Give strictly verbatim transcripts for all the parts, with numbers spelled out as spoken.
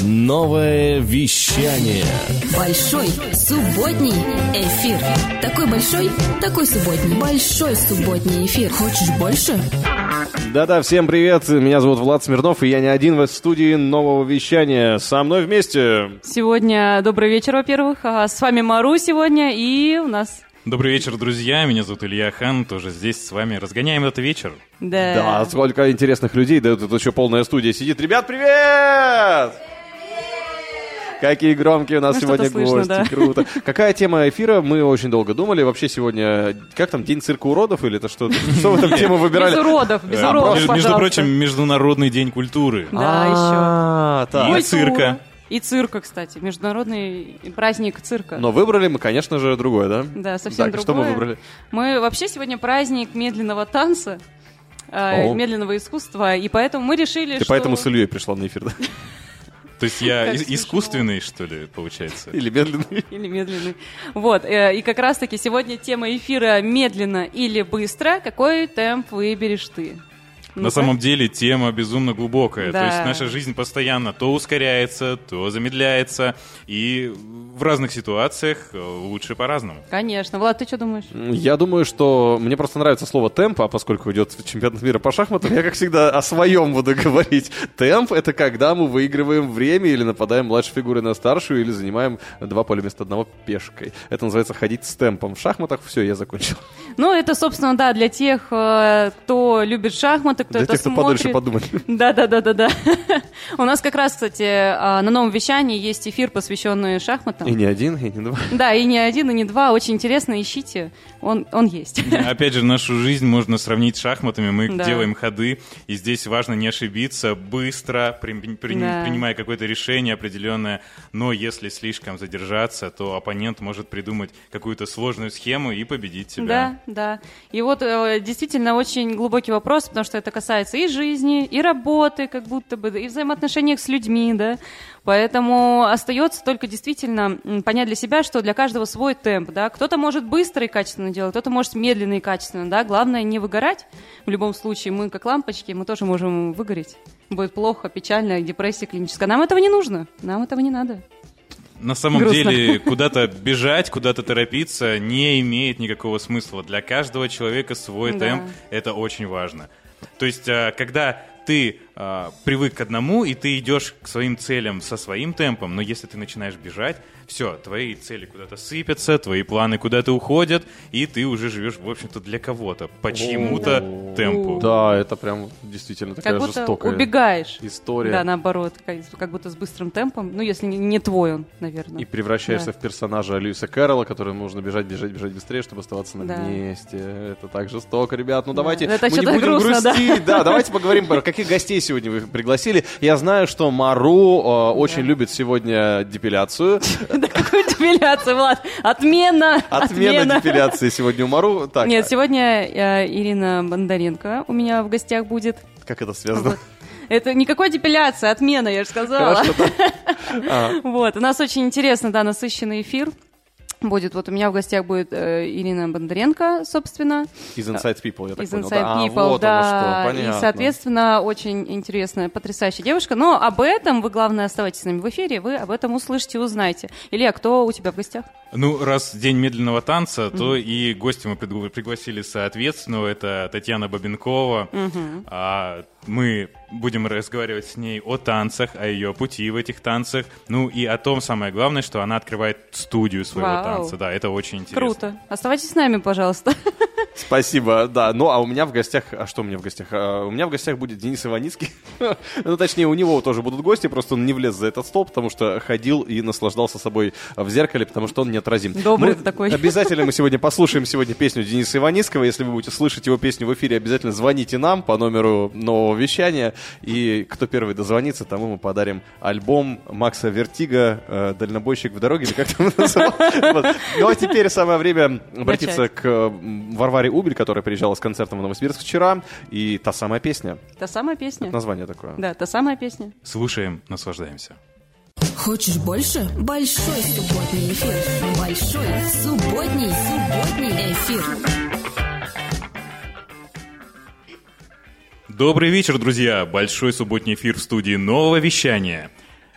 Новое вещание. Большой субботний эфир. Такой большой, такой субботний. Большой субботний эфир. Хочешь больше? Да-да, всем привет. Меня зовут Влад Смирнов, и я не один в студии нового вещания. Со мной вместе. Сегодня добрый вечер, во-первых. А с вами Мару сегодня, и у нас... Добрый вечер, друзья. Меня зовут Илья Хан. Тоже здесь с вами разгоняем этот вечер. Да. Да, сколько интересных людей. Да, тут еще полная студия сидит. Ребят, привет! Какие громкие у нас ну, сегодня слышно, гости. Да. Круто. Какая тема эфира? Мы очень долго думали. Вообще сегодня, как там, День цирка уродов или это что? Что вы там тему выбирали? Без уродов, без уродов, Между, между прочим, Международный день культуры. Да, еще. И цирка. И цирка, кстати. Международный праздник цирка. Но выбрали мы, конечно же, другое, да? Да, совсем так, другое. Что мы выбрали? Мы вообще сегодня праздник медленного танца, э, медленного искусства, и поэтому мы решили, Ты что... поэтому с Ильей пришла на эфир, да? То есть я искусственный, что ли, получается? Или медленный. Или медленный. Вот, э, и как раз-таки сегодня тема эфира «Медленно или быстро? Какой темп выберешь ты?» На самом деле тема безумно глубокая. Да. То есть наша жизнь постоянно то ускоряется, то замедляется. И в разных ситуациях лучше по-разному. Конечно. Влад, ты что думаешь? Я думаю, что мне просто нравится слово «темп», а поскольку идет чемпионат мира по шахматам, я, как всегда, о своем буду говорить. Темп — это когда мы выигрываем время или нападаем младшей фигурой на старшую, или занимаем два поля вместо одного пешкой. Это называется ходить с темпом. В шахматах все, я закончил. Ну, это, собственно, да, для тех, кто любит шахматы, кто для это тех, кто смотрит. подольше подумает. Да-да-да-да-да. У нас как раз, кстати, на новом вещании есть эфир, посвященный шахматам. И не один, и не два. Да, и не один, и не два. Очень интересно, ищите. Он, он есть. Опять же, нашу жизнь можно сравнить с шахматами. Мы Да. делаем ходы, и здесь важно не ошибиться, быстро, при, при, Да. принимая какое-то решение определенное. Но если слишком задержаться, то оппонент может придумать какую-то сложную схему и победить тебя. Да, да. И вот э, действительно очень глубокий вопрос, потому что это касается и жизни, и работы, как будто бы, и взаимоотношений с людьми, да. Поэтому остается только действительно понять для себя, что для каждого свой темп, да. Кто-то может быстро и качественно делать, кто-то может медленно и качественно, да. Главное не выгорать. В любом случае, мы как лампочки, мы тоже можем выгореть. Будет плохо, печально, депрессия клиническая. Нам этого не нужно, нам этого не надо. На самом Грустно. деле, куда-то бежать, куда-то торопиться не имеет никакого смысла. Для каждого человека свой Да. темп, это очень важно. То есть, когда ты э, привык к одному, и ты идешь к своим целям со своим темпом, но если ты начинаешь бежать, все, твои цели куда-то сыпятся, твои планы куда-то уходят, и ты уже живешь, в общем-то, для кого-то, по чьему-то О, темпу. Да, это прям действительно такая Как будто жестокая убегаешь. история. Да, наоборот, как, как будто с быстрым темпом. Ну, если не, не твой он, наверное. И превращаешься Да. в персонажа Льюиса Кэрролла, которому нужно бежать, бежать, бежать быстрее, чтобы оставаться на Да. месте. Это так жестоко, ребят. Ну, давайте Это мы не что-то будем грустно, да. грустить. Да, давайте поговорим, про каких гостей сегодня вы пригласили. Я знаю, что Мару э, очень любит сегодня депиляцию. Да какую депиляцию, Влад? Отмена! Отмена депиляции сегодня у Мару. Так, Нет, сегодня э, Ирина Бондаренко у меня в гостях будет. как это связано? Вот. Это никакой депиляции, отмена, я же сказала. Хорошо, так. А. Вот, у нас очень интересно, да, насыщенный эфир будет. Вот у меня в гостях будет э, Ирина Бондаренко, собственно. Из Inside People, я так Из понял. Inside да? People, а, вот да. оно что, понятно. И, соответственно, очень интересная, потрясающая девушка. Но об этом вы, главное, оставайтесь с нами в эфире, вы об этом услышите, узнаете. Илья, кто у тебя в гостях? Ну, раз день медленного танца, то и гостя мы пригла- пригласили соответственно. Это Татьяна Бабенкова. А, мы будем разговаривать с ней о танцах, о ее пути в этих танцах. Ну и о том, самое главное, что она открывает студию своего Вау. танца. Да, это очень интересно. Круто. Оставайтесь с нами, пожалуйста. Спасибо, да. Ну, а у меня в гостях... А что у меня в гостях? А, у меня в гостях будет Денис Иваницкий. Ну, точнее, у него тоже будут гости, просто он не влез за этот стол, потому что ходил и наслаждался собой в зеркале, потому что он неотразим. Добрый Мы- ты такой. Обязательно мы сегодня послушаем сегодня песню Дениса Иваницкого. Если вы будете слышать его песню в эфире, обязательно звоните нам по номеру нового вещания. И кто первый дозвонится, тому мы подарим альбом Макса Вертига э, «Дальнобойщик в дороге», или как там называется. Вот. Ну, а теперь самое время обратиться к э, Варваре Убель, которая приезжала с концертом в Новосибирск вчера. И та самая песня. Та самая песня. Название такое. Да, та самая песня. Слушаем, наслаждаемся. Хочешь больше? Большой субботний эфир. Большой субботний, субботний эфир. Добрый вечер, друзья! Большой субботний эфир в студии нового вещания.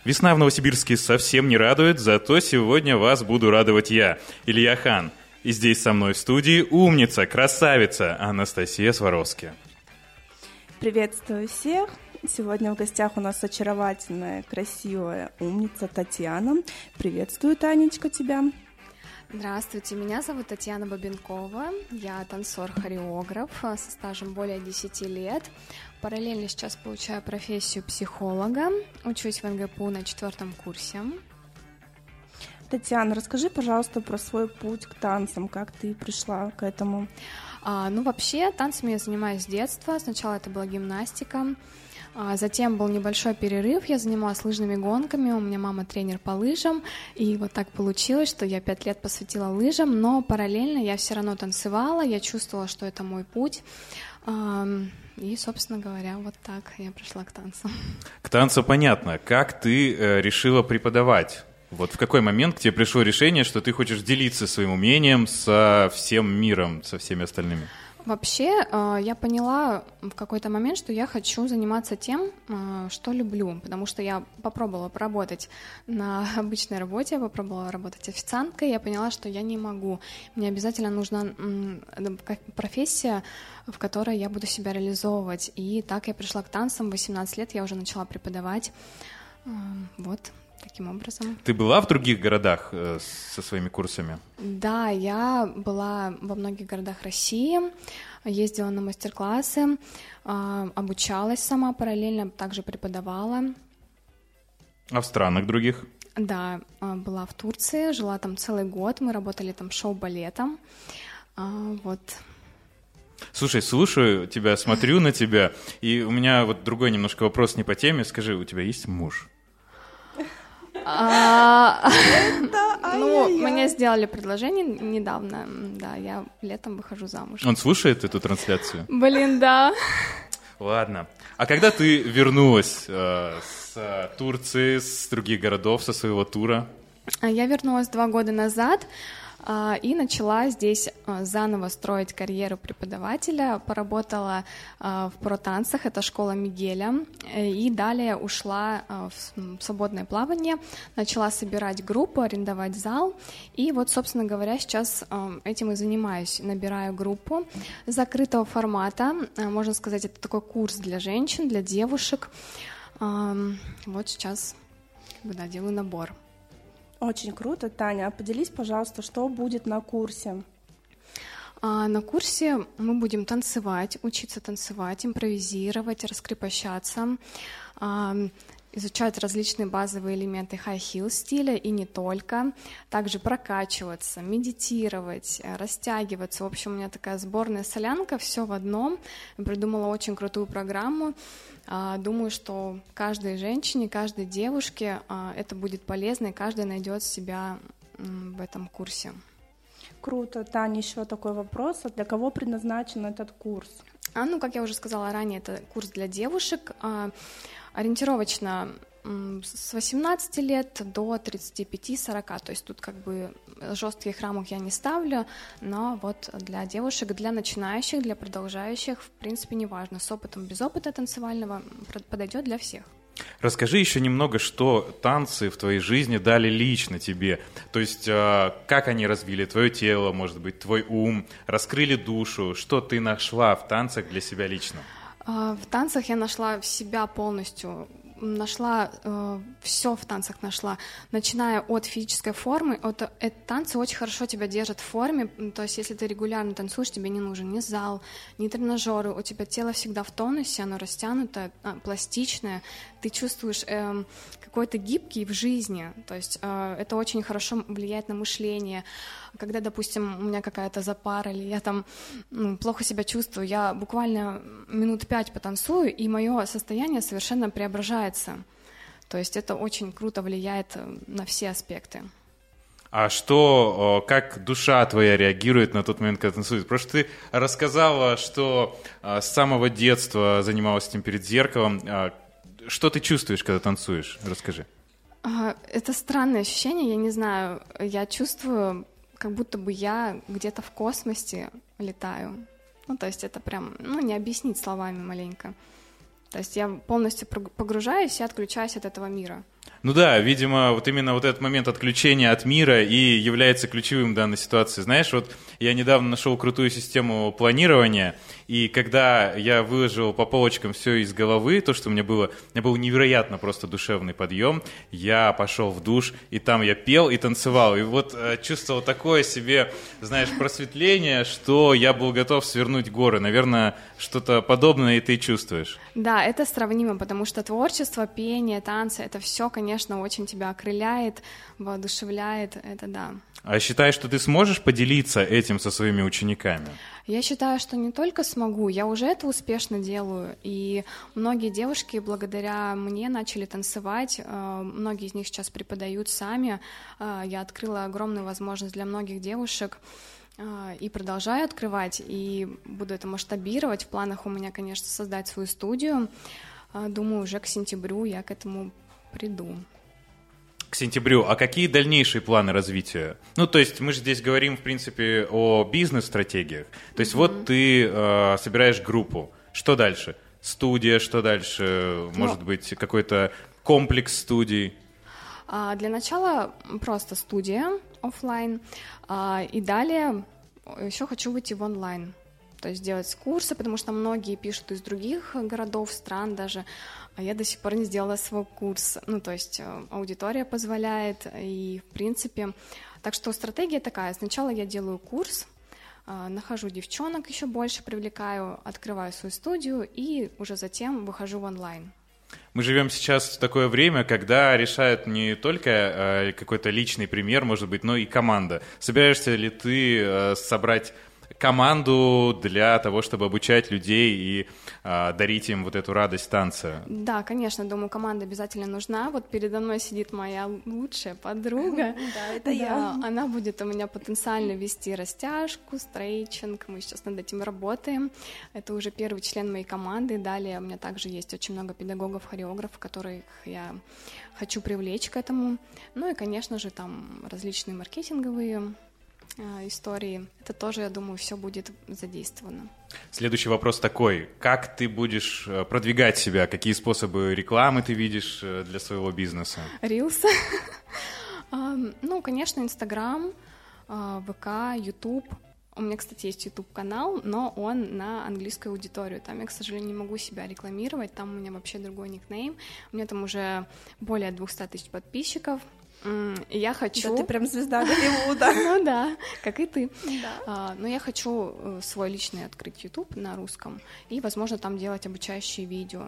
Весна в Новосибирске совсем не радует, зато сегодня вас буду радовать я, Илья Хан. И здесь со мной в студии умница, красавица Анастасия Сваровски. Приветствую всех. Сегодня в гостях у нас очаровательная, красивая умница Татьяна. Приветствую, Танечка, тебя. Здравствуйте, меня зовут Татьяна Бабенкова, я танцор-хореограф со стажем более десяти лет. Параллельно сейчас получаю профессию психолога, учусь в эн гэ пэ у на четвертом курсе. Татьяна, расскажи, пожалуйста, про свой путь к танцам, как ты пришла к этому. А, ну, вообще, танцами я занимаюсь с детства, сначала это была гимнастика. Затем был небольшой перерыв, я занималась лыжными гонками, у меня мама тренер по лыжам, и вот так получилось, что я пять лет посвятила лыжам, но параллельно я все равно танцевала, я чувствовала, что это мой путь, и, собственно говоря, вот так я пришла к танцам. К танцу понятно. Как ты э, решила преподавать? Вот в какой момент к тебе пришло решение, что ты хочешь делиться своим умением со всем миром, со всеми остальными? Вообще, я поняла в какой-то момент, что я хочу заниматься тем, что люблю, потому что я попробовала поработать на обычной работе, я попробовала работать официанткой, я поняла, что я не могу. Мне обязательно нужна профессия, в которой я буду себя реализовывать. И так я пришла к танцам, в восемнадцать лет я уже начала преподавать. Вот. Таким образом. Ты была в других городах э, со своими курсами? Да, я была во многих городах России, ездила на мастер-классы, э, обучалась сама параллельно, также преподавала. А в странах других? Да, э, была в Турции, жила там целый год, мы работали там шоу-балетом, э, вот. Слушай, слушаю тебя, смотрю на тебя, и у меня вот другой немножко вопрос не по теме. Скажи, у тебя есть муж? А, ну, мне сделали предложение недавно, да, я летом выхожу замуж. Он слушает эту трансляцию? Блин, да. Ладно. А когда ты вернулась э, с Турции, с других городов, со своего тура? Я вернулась два года назад. И начала здесь заново строить карьеру преподавателя, поработала в протанцах, это школа Мигеля, и далее ушла в свободное плавание, начала собирать группу, арендовать зал, и вот, собственно говоря, сейчас этим и занимаюсь, набираю группу закрытого формата, можно сказать, это такой курс для женщин, для девушек, вот сейчас, да, делаю набор. Очень круто, Таня. А поделись, пожалуйста, что будет на курсе? А, на курсе мы будем танцевать, учиться танцевать, импровизировать, раскрепощаться, а, изучать различные базовые элементы хай-хилл стиля и не только, также прокачиваться, медитировать, растягиваться. В общем, у меня такая сборная солянка, все в одном. Я придумала очень крутую программу. Думаю, что каждой женщине, каждой девушке это будет полезно, и каждая найдет себя в этом курсе. Круто. Таня, еще такой вопрос. А для кого предназначен этот курс? А, ну, как я уже сказала ранее, это курс для девушек. Ориентировочно с восемнадцати лет до тридцати пяти сорока, то есть тут как бы жестких рамок я не ставлю, но вот для девушек, для начинающих, для продолжающих, в принципе, неважно, с опытом, без опыта танцевального подойдет для всех. Расскажи еще немного, что танцы в твоей жизни дали лично тебе, то есть как они развили твое тело, может быть, твой ум, раскрыли душу, что ты нашла в танцах для себя лично? В танцах я нашла себя полностью, нашла э, все в танцах нашла, начиная от физической формы. От, э, танцы очень хорошо тебя держат в форме, то есть если ты регулярно танцуешь, тебе не нужен ни зал, ни тренажеры, у тебя тело всегда в тонусе, оно растянутое, пластичное, ты чувствуешь э, какой-то гибкий в жизни, то есть э, это очень хорошо влияет на мышление. Когда, допустим, у меня какая-то запара, или я там ну, плохо себя чувствую, я буквально минут пять потанцую, и мое состояние совершенно преображается. То есть это очень круто влияет на все аспекты. А что, как душа твоя реагирует на тот момент, когда танцует? Потому что ты рассказала, что с самого детства занималась этим перед зеркалом. Что ты чувствуешь, когда танцуешь? Расскажи. Это странное ощущение, я не знаю. Я чувствую, как будто бы я где-то в космосе летаю. Ну, то есть это прям, ну, не объяснить словами маленько. То есть я полностью погружаюсь и отключаюсь от этого мира. Ну да, видимо, вот именно вот этот момент отключения от мира и является ключевым в данной ситуации. Знаешь, вот я недавно нашел крутую систему планирования, и когда я выложил по полочкам все из головы, то, что у меня было, у меня был невероятно просто душевный подъем, я пошел в душ, и там я пел и танцевал, и вот э, чувствовал такое себе, знаешь, просветление, что я был готов свернуть горы. Наверное, что-то подобное и ты чувствуешь. Да, это сравнимо, потому что творчество, пение, танцы, это все, конечно, очень тебя окрыляет, воодушевляет, это да. А считаешь, что ты сможешь поделиться этим со своими учениками? Я считаю, что не только смогу, я уже это успешно делаю, и многие девушки благодаря мне начали танцевать, многие из них сейчас преподают сами, я открыла огромную возможность для многих девушек, и продолжаю открывать, и буду это масштабировать. В планах у меня, конечно, создать свою студию. Думаю, уже к сентябрю я к этому приду. К сентябрю. А какие дальнейшие планы развития? Ну, то есть мы же здесь говорим, в принципе, о бизнес-стратегиях. То есть mm-hmm. вот ты э, собираешь группу. Что дальше? Студия, что дальше? Может ну, быть, какой-то комплекс студий? А, для начала просто студия офлайн. А, и далее еще хочу выйти в онлайн. То есть делать курсы, потому что многие пишут из других городов, стран даже, а я до сих пор не сделала свой курс. Ну, то есть аудитория позволяет, и в принципе... Так что стратегия такая. Сначала я делаю курс, нахожу девчонок еще больше, привлекаю, открываю свою студию, и уже затем выхожу в онлайн. Мы живем сейчас в такое время, когда решают не только э, какой-то личный пример, может быть, но и команда. Собираешься ли ты э, собрать команду для того, чтобы обучать людей и э, дарить им вот эту радость танца? Да, конечно, думаю, команда обязательно нужна. Вот передо мной сидит моя лучшая подруга. Да, это я. Она будет у меня потенциально вести растяжку, стрейчинг. Мы сейчас над этим работаем. Это уже первый член моей команды. Далее у меня также есть очень много педагогов, хореографов, которых я хочу привлечь к этому. Ну и, конечно же, там различные маркетинговые истории. Это тоже, я думаю, все будет задействовано. Следующий вопрос такой. Как ты будешь продвигать себя? Какие способы рекламы ты видишь для своего бизнеса? Рилс. Ну, конечно, Инстаграм, ВК, Ютуб. У меня, кстати, есть YouTube-канал, но он на английскую аудиторию. Там я, к сожалению, не могу себя рекламировать. Там у меня вообще другой никнейм. У меня там уже более двести тысяч подписчиков. И я хочу... Да ты прям звезда Голливуда. Ну да, как и ты. Да. Но я хочу свой личный открыть YouTube на русском и, возможно, там делать обучающие видео.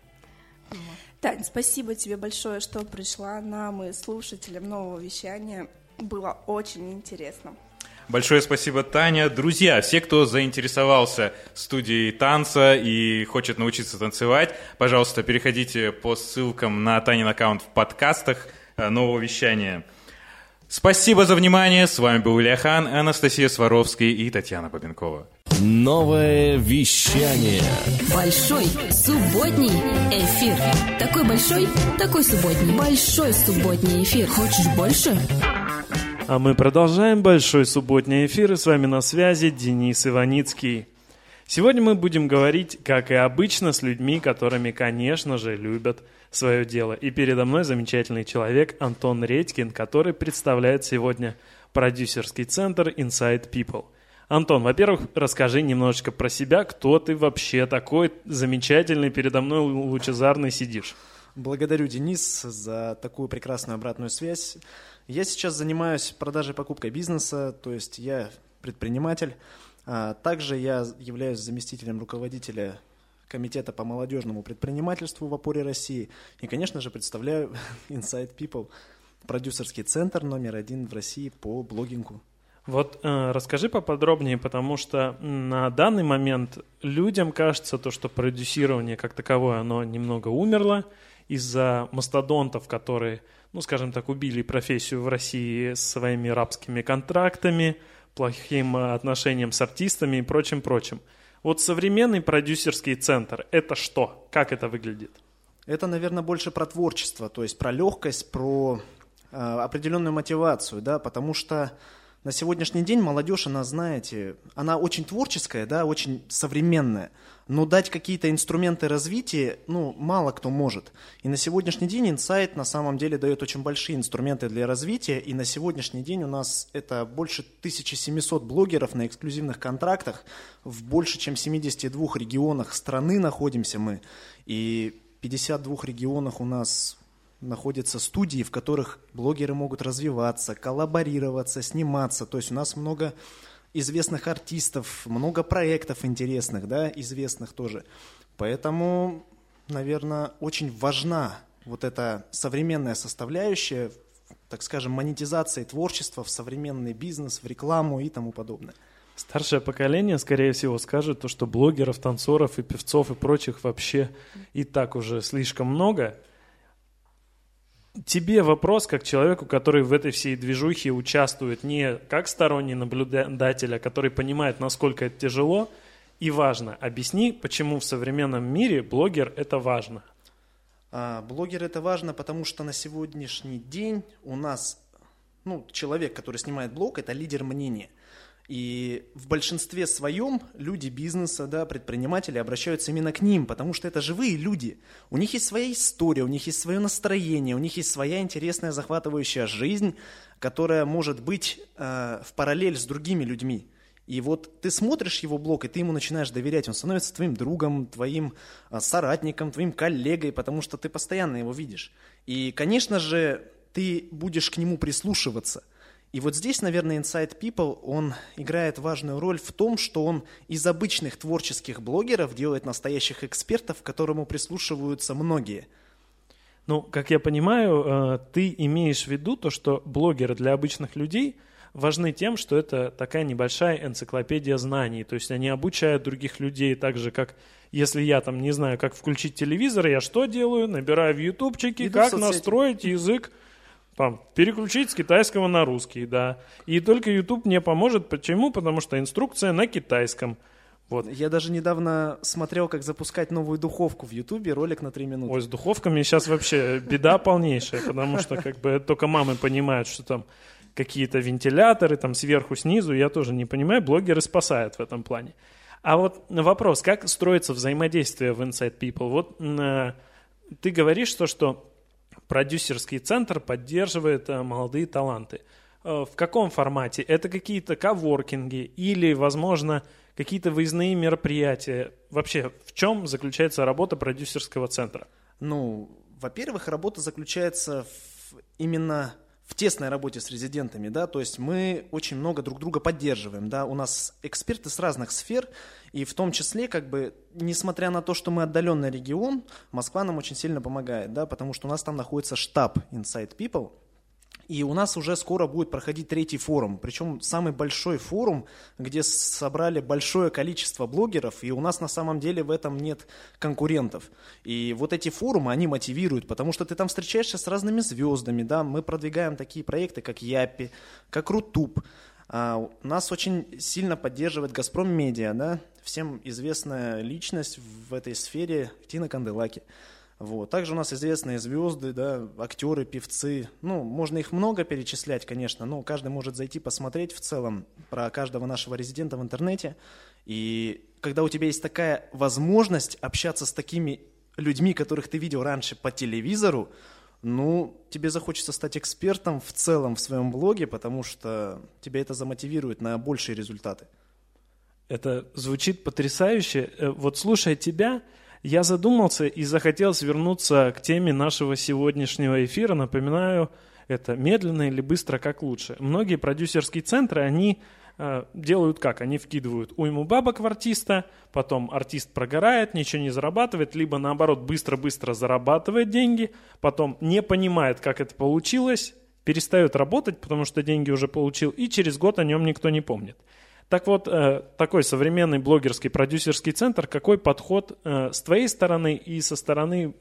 Тань, спасибо тебе большое, что пришла нам и слушателям нового вещания. Было очень интересно. Большое спасибо, Таня. Друзья, все, кто заинтересовался студией танца и хочет научиться танцевать, пожалуйста, переходите по ссылкам на Танин аккаунт в подкастах нового вещания. Спасибо за внимание. С вами был Илья Хан, Анастасия Сваровский и Татьяна Попенкова. Новое вещание. Большой субботний эфир. Такой большой, такой субботний. Большой субботний эфир. Хочешь больше? А мы продолжаем большой субботний эфир. И с вами на связи Денис Иваницкий. Сегодня мы будем говорить, как и обычно, с людьми, которыми, конечно же, любят свое дело. И передо мной замечательный человек Антон Редькин, который представляет сегодня продюсерский центр Inside People. Антон, во-первых, расскажи немножечко про себя, кто ты вообще такой замечательный, передо мной лучезарный сидишь. Благодарю, Денис, за такую прекрасную обратную связь. Я сейчас занимаюсь продажей и покупкой бизнеса, то есть я предприниматель. А также я являюсь заместителем руководителя Комитета по молодежному предпринимательству в «Опоре России». И, конечно же, представляю Inside People, продюсерский центр номер один в России по блогингу. Вот э, расскажи поподробнее, потому что на данный момент людям кажется, то, что продюсирование как таковое, оно немного умерло из-за мастодонтов, которые, ну, скажем так, убили профессию в России своими рабскими контрактами, плохим отношением с артистами и прочим-прочим. Вот современный продюсерский центр – это что? Как это выглядит? Это, наверное, больше про творчество, то есть про легкость, про э, определенную мотивацию, да, потому что На сегодняшний день молодежь, она, знаете, она очень творческая, да, очень современная, но дать какие-то инструменты развития, ну, мало кто может. И на сегодняшний день Insight на самом деле дает очень большие инструменты для развития, и на сегодняшний день у нас это больше тысяча семьсот блогеров на эксклюзивных контрактах, в больше чем семидесяти двух регионах страны находимся мы, и в пятидесяти двух регионах у нас находятся студии, в которых блогеры могут развиваться, коллаборироваться, сниматься. То есть у нас много известных артистов, много проектов интересных, да, известных тоже. Поэтому, наверное, очень важна вот эта современная составляющая, так скажем, монетизации творчества в современный бизнес, в рекламу и тому подобное. Старшее поколение, скорее всего, скажет, то, что блогеров, танцоров и певцов и прочих вообще и так уже слишком много. Тебе вопрос, как человеку, который в этой всей движухе участвует не как сторонний наблюдатель, а который понимает, насколько это тяжело и важно. Объясни, почему в современном мире блогер – это важно. А, блогер – это важно, потому что на сегодняшний день у нас, ну, человек, который снимает блог, это лидер мнения. И в большинстве своем люди бизнеса, да, предприниматели обращаются именно к ним, потому что это живые люди. У них есть своя история, у них есть свое настроение, у них есть своя интересная, захватывающая жизнь, которая может быть э, в параллель с другими людьми. И вот ты смотришь его блог, и ты ему начинаешь доверять, он становится твоим другом, твоим э, соратником, твоим коллегой, потому что ты постоянно его видишь. И, конечно же, ты будешь к нему прислушиваться. И вот здесь, наверное, Insight People, он играет важную роль в том, что он из обычных творческих блогеров делает настоящих экспертов, к которому прислушиваются многие. Ну, как я понимаю, ты имеешь в виду то, что блогеры для обычных людей важны тем, что это такая небольшая энциклопедия знаний. То есть они обучают других людей так же, как если я там не знаю, как включить телевизор, я что делаю? Набираю в ютубчике, как настроить язык. Там, переключить с китайского на русский, да. И только YouTube мне поможет. Почему? Потому что инструкция на китайском. Вот. Я даже недавно смотрел, как запускать новую духовку в YouTube, ролик на три минуты. Ой, с духовками сейчас вообще беда полнейшая, потому что как бы только мамы понимают, что там какие-то вентиляторы там сверху, снизу. Я тоже не понимаю, блогеры спасают в этом плане. А вот вопрос, как строится взаимодействие в Insight People? Вот э, ты говоришь, что, что продюсерский центр поддерживает э, молодые таланты. Э, в каком формате? Это какие-то коворкинги или, возможно, какие-то выездные мероприятия? Вообще, в чем заключается работа продюсерского центра? Ну, во-первых, работа заключается в, именно в тесной работе с резидентами, да, то есть мы очень много друг друга поддерживаем, да, у нас эксперты с разных сфер, и в том числе, как бы, несмотря на то, что мы отдаленный регион, Москва нам очень сильно помогает, да, потому что у нас там находится штаб Insight People, и у нас уже скоро будет проходить третий форум, причем самый большой форум, где собрали большое количество блогеров, и у нас на самом деле в этом нет конкурентов. И вот эти форумы, они мотивируют, потому что ты там встречаешься с разными звездами, да, мы продвигаем такие проекты, как Япи, как Рутуб. А, нас очень сильно поддерживает Газпром Медиа, да, всем известная личность в этой сфере Тина Канделаки. Вот. Также у нас известные звезды, да, актеры, певцы. Ну, можно их много перечислять, конечно, но каждый может зайти посмотреть в целом про каждого нашего резидента в интернете. И когда у тебя есть такая возможность общаться с такими людьми, которых ты видел раньше по телевизору, ну, тебе захочется стать экспертом в целом в своем блоге, потому что тебя это замотивирует на большие результаты. Это звучит потрясающе. Вот слушая тебя, я задумался и захотел свернуться к теме нашего сегодняшнего эфира. Напоминаю, это медленно или быстро, как лучше. Многие продюсерские центры, они э, делают как? Они вкидывают уйму бабок в артиста, потом артист прогорает, ничего не зарабатывает, либо наоборот быстро-быстро зарабатывает деньги, потом не понимает, как это получилось, перестает работать, потому что деньги уже получил, и через год о нем никто не помнит. Так вот, такой современный блогерский продюсерский центр, какой подход с твоей стороны и со стороны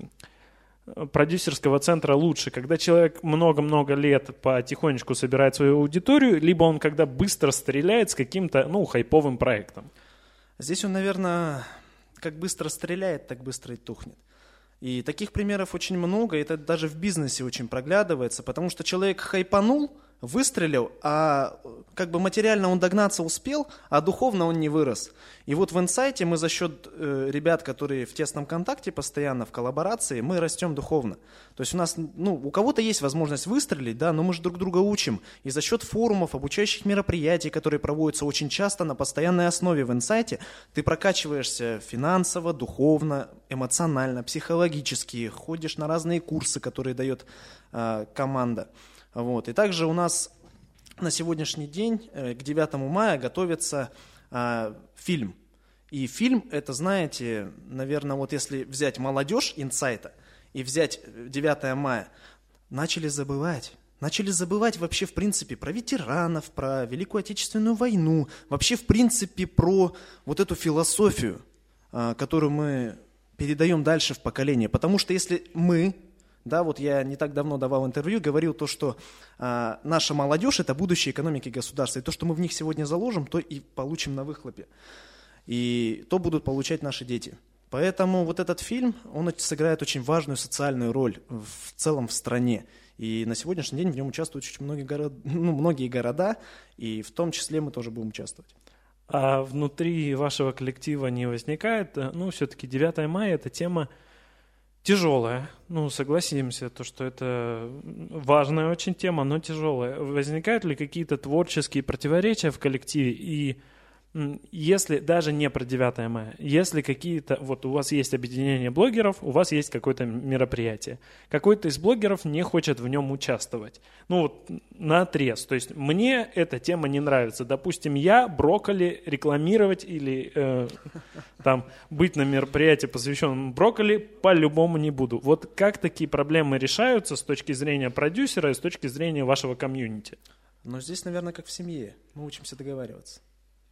продюсерского центра лучше? Когда человек много-много лет потихонечку собирает свою аудиторию, либо он когда быстро стреляет с каким-то, ну, хайповым проектом? Здесь он, наверное, как быстро стреляет, так быстро и тухнет. И таких примеров очень много, и это даже в бизнесе очень проглядывается, потому что человек хайпанул, выстрелил, а как бы материально он догнаться успел, а духовно он не вырос. И вот в инсайте мы за счет э, ребят, которые в тесном контакте постоянно, в коллаборации, мы растем духовно. То есть у нас, ну, у кого-то есть возможность выстрелить, да, но мы же друг друга учим. И за счет форумов, обучающих мероприятий, которые проводятся очень часто на постоянной основе в инсайте, ты прокачиваешься финансово, духовно, эмоционально, психологически, ходишь на разные курсы, которые дает э, команда. Вот. И также у нас на сегодняшний день, э, к девятому мая, готовится э, фильм. И фильм, это, знаете, наверное, вот если взять молодежь инсайта и взять девятое мая, начали забывать. Начали забывать вообще, в принципе, про ветеранов, про Великую Отечественную войну, вообще, в принципе, про вот эту философию, э, которую мы передаем дальше в поколение. Потому что если мы... Да, вот я не так давно давал интервью, говорил то, что э, наша молодежь – это будущее экономики государства. И то, что мы в них сегодня заложим, то и получим на выхлопе. И то будут получать наши дети. Поэтому вот этот фильм, он сыграет очень важную социальную роль в целом в стране. И на сегодняшний день в нем участвуют очень многие, город, ну, многие города, и в том числе мы тоже будем участвовать. А внутри вашего коллектива не возникает, ну, все-таки девятое мая – это тема тяжелая, ну, согласимся, то, что это важная очень тема, но тяжелая. Возникают ли какие-то творческие противоречия в коллективе? И если, даже не про девятое мая, если какие-то, вот у вас есть объединение блогеров, у вас есть какое-то мероприятие, какой-то из блогеров не хочет в нем участвовать, ну вот наотрез, то есть мне эта тема не нравится, допустим, я брокколи рекламировать или э, там быть на мероприятии, посвященном брокколи, по-любому не буду. Вот как такие проблемы решаются с точки зрения продюсера и с точки зрения вашего комьюнити? Но здесь, наверное, как в семье, мы учимся договариваться.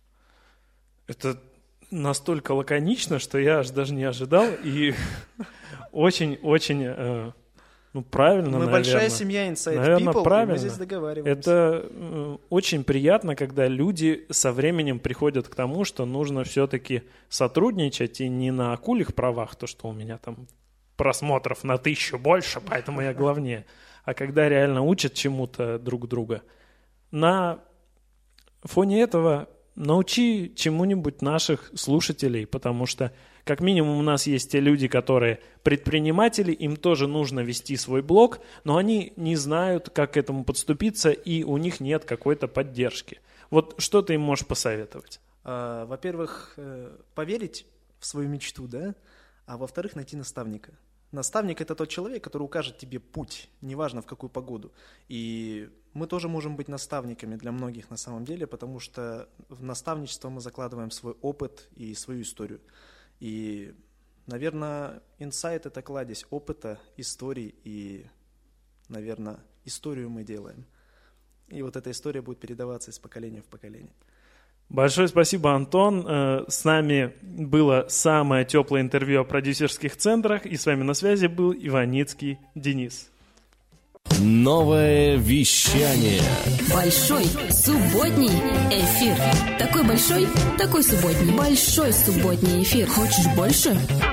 Это настолько лаконично, что я аж даже не ожидал, и очень-очень, э, ну, правильно, мы наверное. Мы большая семья Inside наверное, People, правильно. И мы здесь договариваемся. Это э, очень приятно, когда люди со временем приходят к тому, что нужно все-таки сотрудничать, и не на акульих правах, то, что у меня там просмотров на тысячу больше, поэтому я главнее, а когда реально учат чему-то друг друга. На фоне этого научи чему-нибудь наших слушателей, потому что, как минимум, у нас есть те люди, которые предприниматели, им тоже нужно вести свой блог, но они не знают, как к этому подступиться, и у них нет какой-то поддержки. Вот что ты им можешь посоветовать? А, во-первых, поверить в свою мечту, да? А во-вторых, найти наставника. Наставник – это тот человек, который укажет тебе путь, неважно в какую погоду. И мы тоже можем быть наставниками для многих на самом деле, потому что в наставничество мы закладываем свой опыт и свою историю. И, наверное, инсайт – это кладезь опыта, историй, и, наверное, историю мы делаем. И вот эта история будет передаваться из поколения в поколение. Большое спасибо, Антон. С нами было самое теплое интервью о продюсерских центрах, и с вами на связи был Иваницкий Денис. Новое вещание. Большой субботний эфир. Такой большой, такой субботний. Большой субботний эфир. Хочешь больше?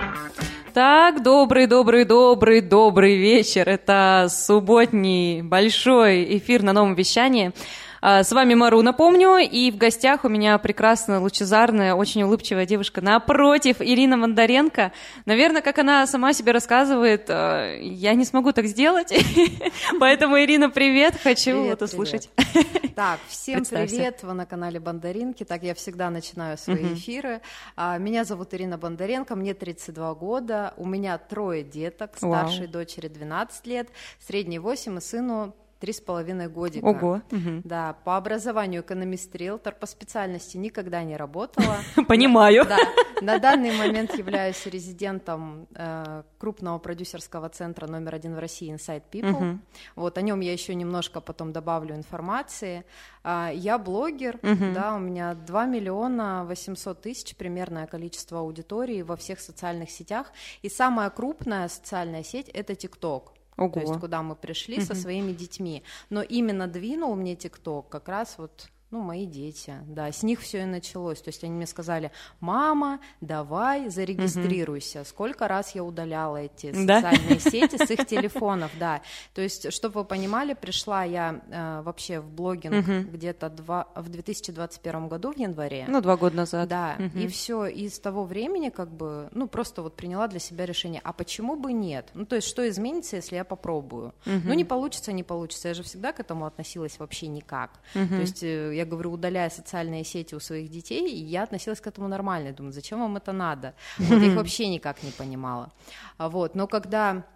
Так, добрый, добрый, добрый, добрый вечер. Это субботний большой эфир на новом вещании. С вами Мару, напомню, и в гостях у меня прекрасная, лучезарная, очень улыбчивая девушка напротив, Ирина Бондаренко. Наверное, как она сама себе рассказывает, я не смогу так сделать, поэтому, Ирина, привет, хочу привет, вот услышать. Привет. Так, всем Представься. Привет, вы на канале Бондаринки, так я всегда начинаю свои uh-huh. эфиры. Меня зовут Ирина Бондаренко, мне тридцать два года, у меня трое деток, старшей wow. дочери двенадцать лет, средней восемь и сыну три с половиной годика. Ого. Угу. Да, по образованию экономист-риэлтор, по специальности никогда не работала. Понимаю. Да, на данный момент являюсь резидентом э, крупного продюсерского центра номер один в России Inside People. Угу. Вот, о нем я еще немножко потом добавлю информации. А, я блогер, угу. да, у меня два миллиона восемьсот тысяч примерное количество аудитории во всех социальных сетях. И самая крупная социальная сеть — это TikTok. Ого. То есть куда мы пришли uh-huh. со своими детьми. Но именно двинул мне ТикТок как раз вот ну, мои дети, да, с них все и началось. То есть они мне сказали: мама, давай зарегистрируйся. Угу. Сколько раз я удаляла эти социальные да? сети с их телефонов, да. То есть, чтобы вы понимали, пришла я э, вообще в блогинг угу. где-то два, в две тысячи двадцать первом году в январе. Ну, два года назад. Да, угу. и все, и с того времени как бы, ну, просто вот приняла для себя решение, а почему бы нет? Ну, то есть, что изменится, если я попробую? Угу. Ну, не получится, не получится. Я же всегда к этому относилась вообще никак. Угу. То есть, э, я говорю, удаляя социальные сети у своих детей, и я относилась к этому нормально. Думаю, зачем вам это надо? Вот, я их вообще никак не понимала. Вот, но когда...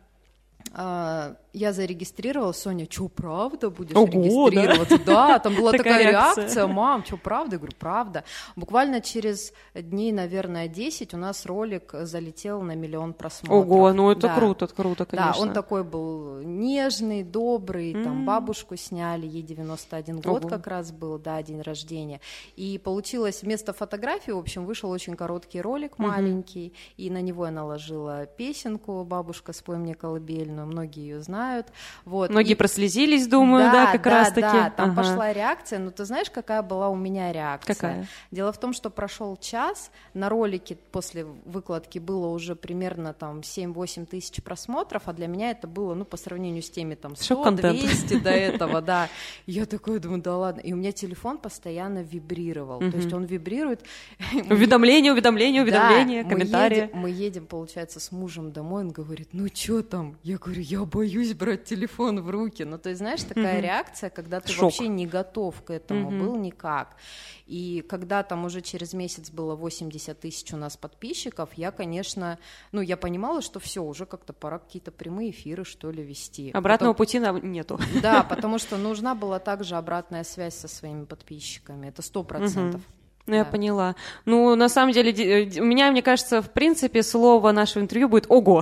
я зарегистрировалась, Соня, что, правда будешь Ого, регистрироваться? Да, да там была такая, такая реакция. реакция, мам, что, правда? Я говорю, правда. Буквально через дней, наверное, десять у нас ролик залетел на миллион просмотров. Ого, ну это да. круто, круто, конечно. Да, он такой был нежный, добрый, mm-hmm. там бабушку сняли, ей девяносто один год Ого. Как раз был, да, день рождения. И получилось, вместо фотографии, в общем, вышел очень короткий ролик, mm-hmm. маленький, и на него я наложила песенку «Бабушка, спой мне колыбельную», многие ее знают. Вот. Многие и... прослезились, думаю, да, да как да, раз-таки. Да, там ага. пошла реакция, но ты знаешь, какая была у меня реакция? Какая? Дело в том, что прошел час, на ролике после выкладки было уже примерно там семь-восемь тысяч просмотров, а для меня это было, ну, по сравнению с теми там сто-двести до этого, да. Я такой думаю, да ладно. И у меня телефон постоянно вибрировал, то есть он вибрирует. Уведомления, уведомления, уведомления, комментарии. Мы едем, получается, с мужем домой, он говорит, ну, что там? Я говорю, я боюсь брать телефон в руки. Ну, то есть, знаешь, такая mm-hmm. реакция, когда ты Шок. Вообще не готов к этому mm-hmm. был никак. И когда там уже через месяц было восемьдесят тысяч у нас подписчиков, я, конечно, ну, я понимала, что все, уже как-то пора какие-то прямые эфиры, что ли, вести. Обратного Потом... пути нам нету. Да, потому что нужна была также обратная связь со своими подписчиками. Это сто процентов. Mm-hmm. Ну, я да. поняла. Ну, на самом деле, у меня, мне кажется, в принципе, слово нашего интервью будет «Ого».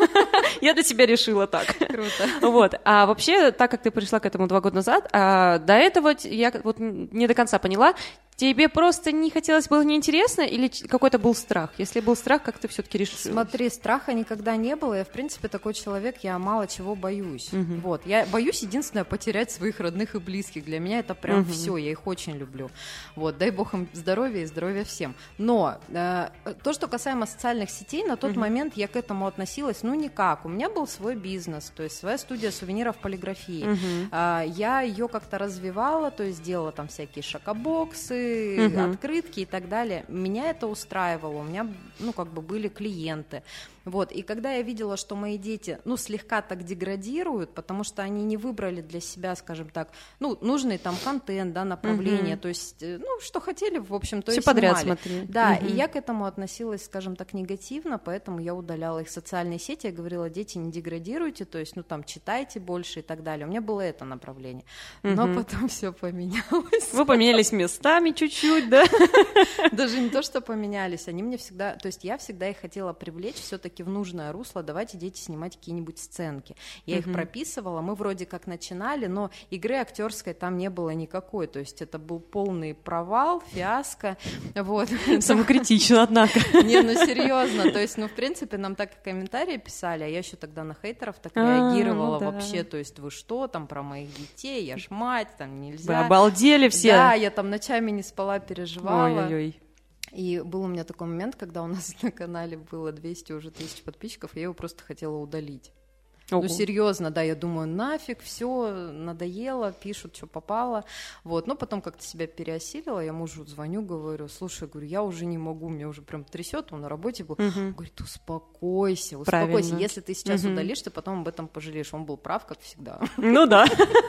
Я для тебя решила так. Круто. Вот. А вообще, так как ты пришла к этому два года назад, а до этого я вот не до конца поняла, тебе просто не хотелось, было неинтересно или какой-то был страх? Если был страх, как ты все-таки решила? Смотри, страха никогда не было. Я, в принципе, такой человек, я мало чего боюсь. Угу. Вот. Я боюсь, единственное, потерять своих родных и близких. Для меня это прям угу. все, я их очень люблю. Вот. Дай бог им здоровья и здоровья всем. Но э, то, что касаемо социальных сетей, на тот угу. момент я к этому относилась, ну, никак. У меня был свой бизнес, то есть своя студия сувениров полиграфии. Угу. Э, я ее как-то развивала, то есть делала там всякие шокобоксы, Uh-huh. открытки и так далее. Меня это устраивало, у меня, ну, как бы были клиенты. Вот, и когда я видела, что мои дети, ну, слегка так деградируют, потому что они не выбрали для себя, скажем так, ну, нужный там контент, да, направление, uh-huh. то есть, ну, что хотели, в общем, то Все и подряд снимали. Смотри. Да, uh-huh. и я к этому относилась, скажем так, негативно, поэтому я удаляла их социальные сети, я говорила, дети, не деградируйте, то есть, ну, там, читайте больше и так далее. У меня было это направление. Но uh-huh. потом все поменялось. Вы поменялись местами чуть-чуть, да? Даже не то, что поменялись, они мне всегда, то есть, я всегда их хотела привлечь все-таки в нужное русло, давайте, дети, снимать какие-нибудь сценки. Я uh-huh. их прописывала, мы вроде как начинали, но игры актерской там не было никакой, то есть это был полный провал, фиаско, вот. Самокритично, однако. Не, ну серьезно, то есть, ну, в принципе, нам так и комментарии писали, а я еще тогда на хейтеров так реагировала вообще, то есть, вы что, там, про моих детей, я ж мать, там, нельзя. Вы обалдели все. Да, я там ночами не спала, переживала. Ой-ой-ой. И был у меня такой момент, когда у нас на канале было двести уже тысяч подписчиков, и я его просто хотела удалить. Ого. Ну, серьезно, да, я думаю, нафиг, все, надоело, пишут, что попало, вот, но потом как-то себя переосилила, я мужу звоню, говорю, слушай, говорю, я уже не могу, меня уже прям трясет, он на работе был, угу. говорит, успокойся, успокойся, Правильно. Если ты сейчас угу. удалишь, ты потом об этом пожалеешь, он был прав, как всегда. Ну да.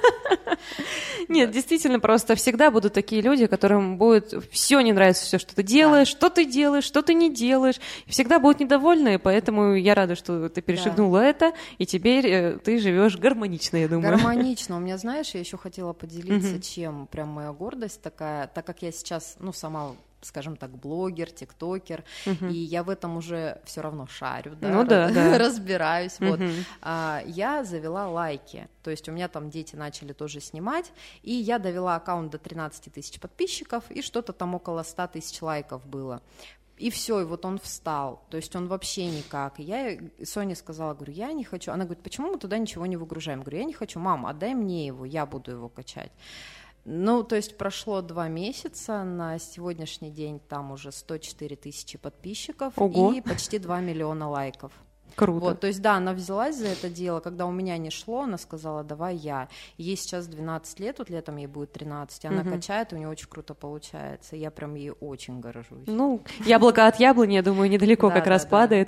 Нет, действительно, просто всегда будут такие люди, которым будет все не нравится, все, что ты делаешь, что ты делаешь, что ты не делаешь, всегда будут недовольны, поэтому я рада, что ты перешагнула это, и тебе ты живешь гармонично, я думаю. Гармонично. У меня, знаешь, я еще хотела поделиться, uh-huh. чем прям моя гордость такая, так как я сейчас, ну, сама, скажем так, блогер, тиктокер, uh-huh. и я в этом уже все равно шарю, да, ну, да, да. разбираюсь. Uh-huh. Вот. А, я завела лайки, то есть у меня там дети начали тоже снимать, и я довела аккаунт до тринадцать тысяч подписчиков, и что-то там около сто тысяч лайков было. И все, и вот он встал, то есть он вообще никак. И я Соне сказала, говорю, я не хочу. Она говорит, почему мы туда ничего не выгружаем? Говорю, я не хочу, мам, отдай мне его, я буду его качать. Ну, то есть прошло два месяца, на сегодняшний день там уже сто четыре тысячи подписчиков. Ого. И почти два миллиона лайков. Круто. Вот, то есть, да, она взялась за это дело, когда у меня не шло, она сказала, давай я. Ей сейчас двенадцать лет, вот летом ей будет тринадцать, и она Мгм. качает, у нее очень круто получается, я прям ей очень горжусь. Ну, яблоко от яблони, я думаю, недалеко Да, как да, раз да. падает.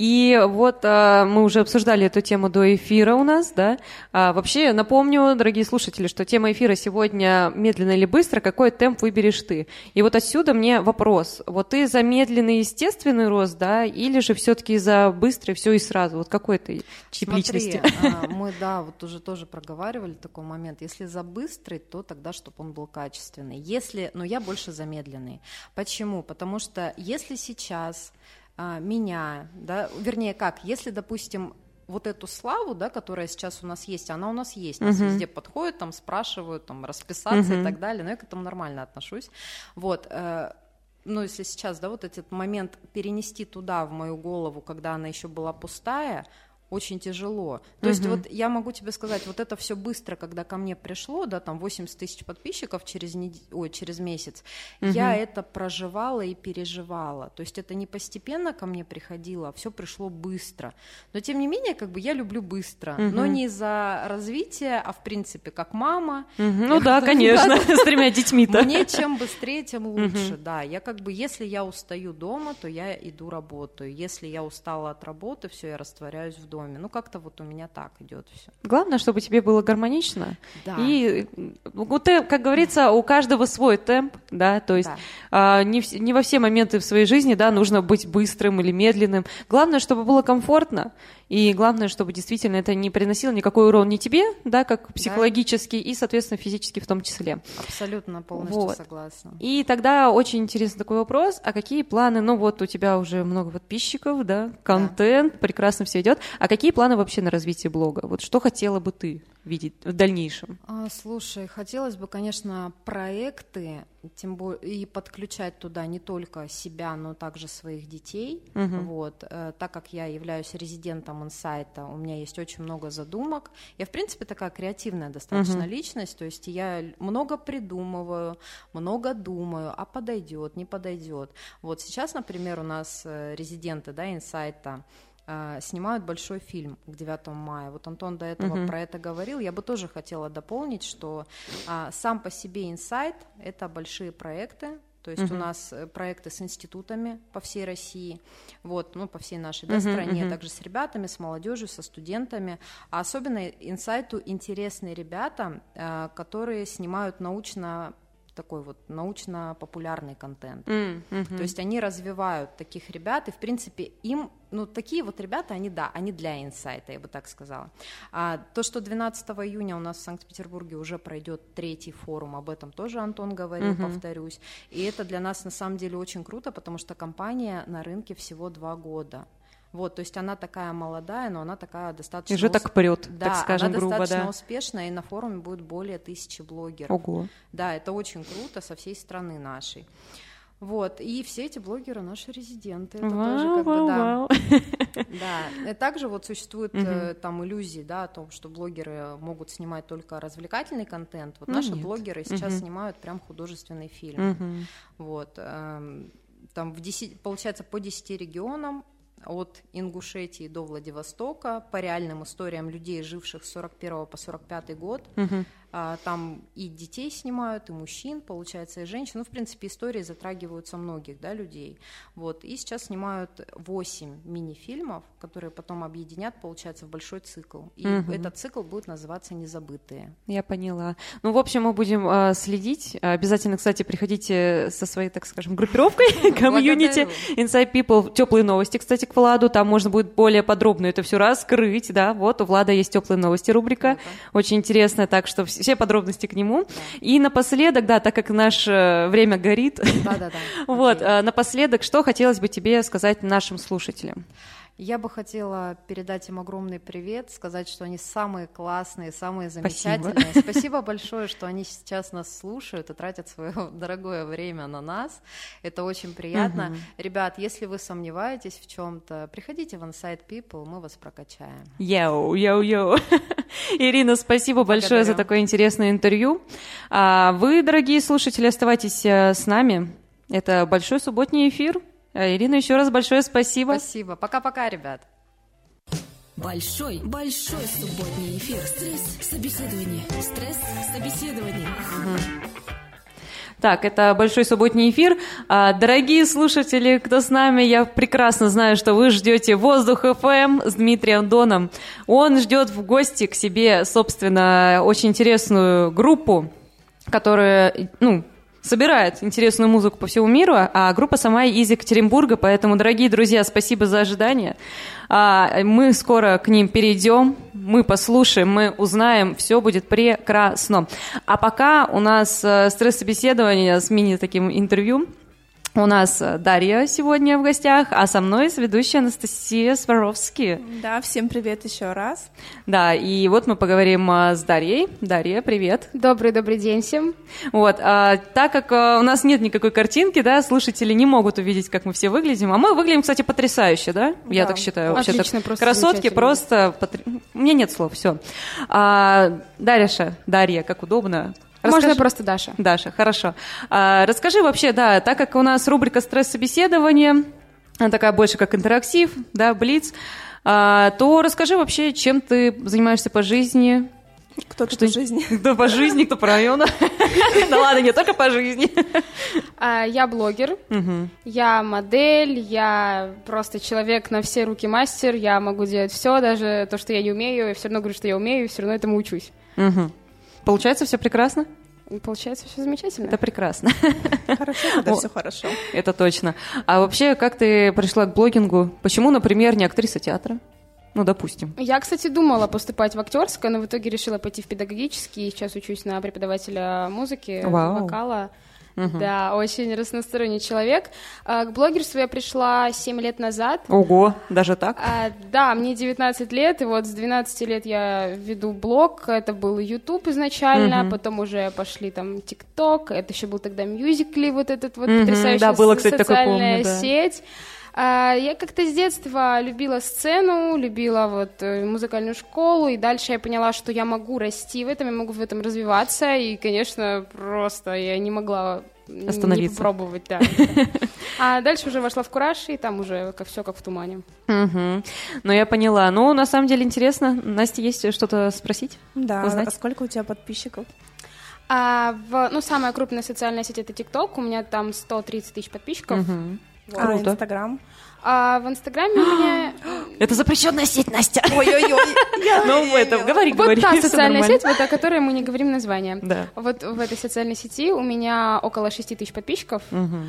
И вот а, мы уже обсуждали эту тему до эфира у нас, да. А, вообще, напомню, дорогие слушатели, что тема эфира сегодня медленно или быстро, какой темп выберешь ты. И вот отсюда мне вопрос. Вот ты за медленный естественный рост, да, или же все-таки за быстрый все и сразу? Вот какой ты тип Смотри, личности? а, мы, да, вот уже тоже проговаривали такой момент. Если за быстрый, то тогда, чтобы он был качественный. Если, но я больше за медленный. Почему? Потому что если сейчас а, меня, да, вернее как, если, допустим, вот эту славу, да, которая сейчас у нас есть, она у нас есть, нас Мгм. везде подходят, там спрашивают, там расписаться Мгм. и так далее, но я к этому нормально отношусь. Вот. э, Ну, если сейчас, да, вот этот момент перенести туда, в мою голову, когда она еще была пустая, очень тяжело. То есть Мгм. вот я могу тебе сказать, вот это все быстро, когда ко мне пришло, да, там восемьдесят тысяч подписчиков через, нед... Ой, через месяц, Мгм. я это проживала и переживала. То есть это не постепенно ко мне приходило, а все пришло быстро. Но тем не менее, как бы я люблю быстро, Мгм. но не из-за развития, а в принципе как мама. Мгм. Ну да, конечно, с тремя детьми-то. Мне чем быстрее, тем лучше, Мгм. да. Я как бы, если я устаю дома, то я иду работаю. Если я устала от работы, все, я растворяюсь в доме. Ну, как-то вот у меня так идет все. Главное, чтобы тебе было гармонично. Да. И, ну, ты, как говорится, у каждого свой темп, да, то есть Да. а, не, вс- не во все моменты в своей жизни, да, нужно быть быстрым или медленным. Главное, чтобы было комфортно, и главное, чтобы действительно это не приносило никакой урон ни тебе, да, как психологический, и, соответственно, физический в том числе. Абсолютно полностью Вот. согласна. И тогда очень интересный такой вопрос, а какие планы, ну вот у тебя уже много подписчиков, да, контент, прекрасно все идет, а какие планы вообще на развитие блога? Вот что хотела бы ты видеть в дальнейшем? А, слушай, хотелось бы, конечно, проекты, тем более и подключать туда не только себя, но также своих детей. Мгм. Вот, э, так как я являюсь резидентом инсайта, у меня есть очень много задумок. Я, в принципе, такая креативная достаточно Мгм. личность, то есть я л- много придумываю, много думаю, а подойдет, не подойдет. Вот сейчас, например, у нас э, резиденты, да, инсайта э, снимают большой фильм к девятому мая. Вот Антон до этого Мгм. про это говорил. Я бы тоже хотела дополнить, что а, сам по себе инсайт — это большие проекты. То есть Мгм. у нас э, проекты с институтами по всей России, вот, ну, по всей нашей да, Мгм, стране, мгм. также с ребятами, с молодежью, со студентами. А особенно инсайту интересны ребята, э, которые снимают научно такой вот научно-популярный контент. М, мгм. То есть они развивают таких ребят, и, в принципе, им, ну, такие вот ребята, они, да, они для инсайта, я бы так сказала. А то, что двенадцатого июня у нас в Санкт-Петербурге уже пройдет третий форум, об этом тоже Антон говорил, Мгм. повторюсь, и это для нас, на самом деле, очень круто, потому что компания на рынке всего два года. Вот, то есть она такая молодая, но она такая достаточно... И уже ус- так прет, да, так скажем, она грубо, достаточно да. успешная, и на форуме будет более тысячи блогеров. Ого. Да, это очень круто со всей страны нашей. Вот, и все эти блогеры наши резиденты. Это Вау, тоже как бы, вау, да. вау. Да, и также вот существуют Мгм. э, там иллюзии, да, о том, что блогеры могут снимать только развлекательный контент. Вот Ну, наши нет. блогеры сейчас Мгм. снимают прям художественный фильм. Мгм. Вот, эм, там в десять, получается по десяти регионам, от Ингушетии до Владивостока, по реальным историям людей, живших с сорок первого по сорок пятый год. Мгм. А, Там и детей снимают, и мужчин, получается, и женщин. Ну, в принципе, истории затрагиваются многих, да, людей. Вот. И сейчас снимают восемь мини-фильмов, которые потом объединят, получается, в большой цикл. И Мгм. этот цикл будет называться «Незабытые». Я поняла. Ну, в общем, мы будем э, следить. Обязательно, кстати, приходите со своей, так скажем, группировкой, комьюнити, Inside People. Теплые новости, кстати, к Владу. Там можно будет более подробно это все раскрыть. Да, вот у Влада есть теплые новости рубрика. Очень интересная, так что все подробности к нему. И напоследок, да, так как наше время горит, Да-да-да. вот, э, напоследок, что хотелось бы тебе сказать нашим слушателям? Я бы хотела передать им огромный привет, сказать, что они самые классные, самые замечательные. Спасибо, Спасибо большое, что они сейчас нас слушают и тратят свое дорогое время на нас. Это очень приятно. Угу. Ребят, если вы сомневаетесь в чем-то, приходите в Inside People, мы вас прокачаем. Йоу, йоу, йоу. Ирина, спасибо Благодарю. большое за такое интересное интервью. А вы, дорогие слушатели, оставайтесь с нами. Это большой субботний эфир. Ирина, еще раз большое спасибо. Спасибо. Пока-пока, ребят. Большой, большой субботний эфир. Стресс, собеседование. Стресс, собеседование. Угу. Так, это большой субботний эфир. Дорогие слушатели, кто с нами, я прекрасно знаю, что вы ждете Воздух эф эм с Дмитрием Доном. Он ждет в гости к себе, собственно, очень интересную группу, которая, ну, собирает интересную музыку по всему миру, а группа сама из Екатеринбурга, поэтому, дорогие друзья, спасибо за ожидание. Мы скоро к ним перейдем, мы послушаем, мы узнаем, все будет прекрасно. А пока у нас стресс-собеседование с мини-таким интервью. У нас Дарья сегодня в гостях, а со мной ведущая Анастасия Сваровски. Да, всем привет еще раз. Да, и вот мы поговорим с Дарьей. Дарья, привет. Добрый-добрый день всем. Вот, а, так как а, у нас нет никакой картинки, да, слушатели не могут увидеть, как мы все выглядим, а мы выглядим, кстати, потрясающе, да? Да. Я так считаю. Вообще-то Отлично, просто красотки, просто... Потр... У меня нет слов, все. А, Дарьяша, Дарья, как удобно. Расскажи... Можно просто Даша. Даша, хорошо. А, расскажи вообще, да, так как у нас рубрика «Стресс-собеседование», она такая больше как интерактив, да, блиц, а, то расскажи вообще, чем ты занимаешься по жизни. Кто-то что... по жизни. Кто по жизни, кто по району. Да ладно, не только по жизни. Я блогер, я модель, я просто человек на все руки мастер, я могу делать все, даже то, что я не умею, я все равно говорю, что я умею, и все равно этому учусь. Получается все прекрасно? Получается все замечательно. Это прекрасно. Хорошо, когда все хорошо. Это точно. А вообще, как ты пришла к блогингу? Почему, например, не актриса театра? Ну, допустим. Я, кстати, думала поступать в актерское, но в итоге решила пойти в педагогический. Сейчас учусь на преподавателя музыки, Вау. вокала. Угу. Да, очень разносторонний человек. К блогерству я пришла семь лет назад. Ого, даже так? А, да, мне девятнадцать лет, и вот с двенадцати лет я веду блог. Это был YouTube изначально, угу. потом уже пошли там TikTok, это еще был тогда Musical.ly, вот этот вот угу. потрясающая да, было, кстати, социальная такой, помню, да. сеть. Я как-то с детства любила сцену, любила вот музыкальную школу, и дальше я поняла, что я могу расти в этом, я могу в этом развиваться, и, конечно, просто я не могла остановиться. Не попробовать, да. А дальше уже вошла в Кураж, и там уже как все как в тумане. Угу. Ну, я поняла. Ну, на самом деле интересно. Настя, есть что-то спросить? Да, узнать? А сколько у тебя подписчиков? А, в, ну, самая крупная социальная сеть — это TikTok, у меня там сто тридцать тысяч подписчиков. Угу. Вот. А Инстаграм? А в Инстаграме у меня... Это запрещенная сеть, Настя. Ой-ой-ой. Ну, в этом, говори, говори. Вот та социальная сеть, вот о которой мы не говорим название. Да. Вот в этой социальной сети у меня около шесть тысяч подписчиков,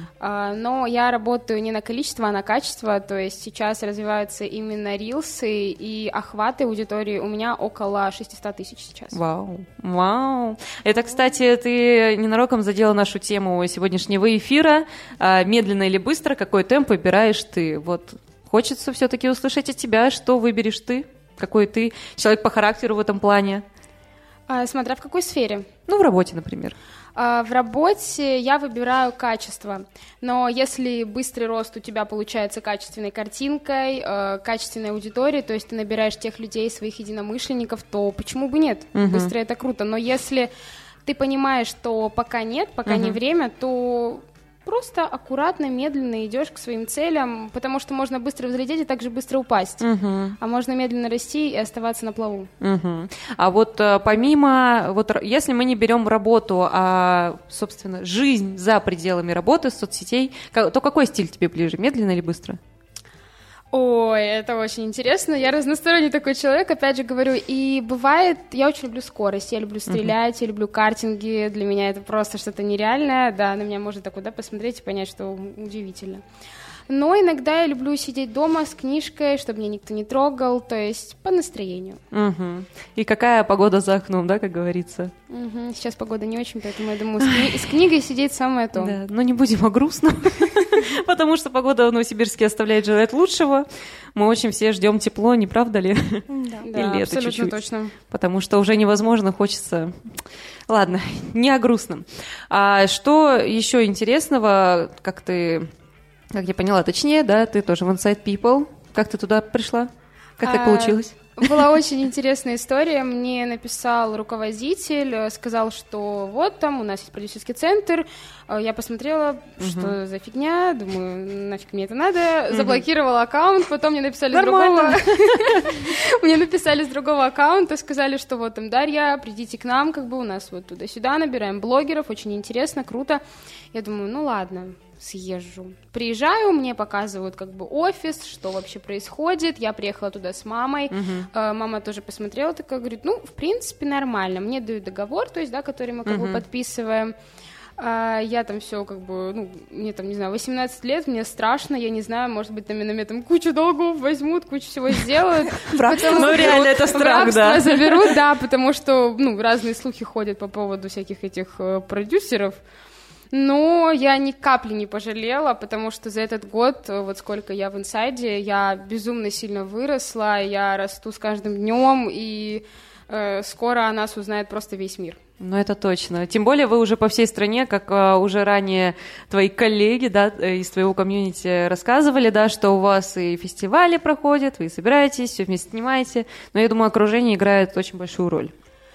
но я работаю не на количество, а на качество, то есть сейчас развиваются именно рилсы и охваты аудитории у меня около шестьсот тысяч сейчас. Вау, вау. Это, кстати, ты ненароком задела нашу тему сегодняшнего эфира. Медленно или быстро, какой темп выбираешь ты? Вот хочется все-таки услышать от тебя, что выберешь ты, какой ты человек по характеру в этом плане. А, смотря в какой сфере. Ну, в работе, например. А, в работе я выбираю качество, но если быстрый рост у тебя получается качественной картинкой, э, качественной аудиторией, то есть ты набираешь тех людей, своих единомышленников, то почему бы нет? Uh-huh. Быстро это круто, но если ты понимаешь, что пока нет, пока uh-huh. не время, то... Просто аккуратно, медленно идешь к своим целям, потому что можно быстро взлететь и также быстро упасть. Uh-huh. А можно медленно расти и оставаться на плаву. Uh-huh. А вот помимо, вот если мы не берем работу, а, собственно, жизнь за пределами работы, соцсетей, то какой стиль тебе ближе, медленно или быстро? Ой, это очень интересно. Я разносторонний такой человек, опять же говорю. И бывает, я очень люблю скорость, я люблю стрелять, uh-huh. я люблю картинги. Для меня это просто что-то нереальное. Да, на меня можно так вот, да, посмотреть и понять, что удивительно. Но иногда я люблю сидеть дома с книжкой, чтобы меня никто не трогал, то есть по настроению. Угу. И какая погода за окном, да, как говорится? Угу. Сейчас погода не очень, поэтому я думаю, с, кни- с книгой сидеть самое то. Да, но не будем о грустном, потому что погода в Новосибирске оставляет желать лучшего. Мы очень все ждем тепло, не правда ли? Да, И да, лето абсолютно чуть-чуть. точно. Потому что уже невозможно, хочется... Ладно, не о грустном. А что еще интересного, как ты, как я поняла, точнее, да, ты тоже в Inside People. Как ты туда пришла? Как так А, получилось? Была очень интересная история. Мне написал руководитель, сказал, что вот там у нас есть продюсерский центр. Я посмотрела, uh-huh. что за фигня, думаю, нафиг мне это надо. Uh-huh. Заблокировала аккаунт, потом мне написали с другого... Мне написали с другого аккаунта, сказали, что вот там, Дарья, придите к нам, как бы у нас вот туда-сюда, набираем блогеров, очень интересно, круто. Я думаю, ну ладно, съезжу. Приезжаю, мне показывают как бы офис, что вообще происходит. Я приехала туда с мамой. Uh-huh. Мама тоже посмотрела, такая говорит, ну, в принципе, нормально. Мне дают договор, то есть, да, который мы как uh-huh. бы подписываем. А я там все как бы, ну, мне там, не знаю, восемнадцать лет, мне страшно, я не знаю, может быть, там на меня там кучу долгов возьмут, кучу всего сделают. Ну, реально, это страх, да. Заберут, да, потому что, ну, разные слухи ходят по поводу всяких этих продюсеров. Но я ни капли не пожалела, потому что за этот год, вот сколько я в инсайде, я безумно сильно выросла, я расту с каждым днем, и э, скоро о нас узнает просто весь мир. Ну, это точно. Тем более вы уже по всей стране, как а, уже ранее твои коллеги, да, из твоего комьюнити рассказывали, да, что у вас и фестивали проходят, вы собираетесь, все вместе снимаете. Но я думаю, окружение играет очень большую роль.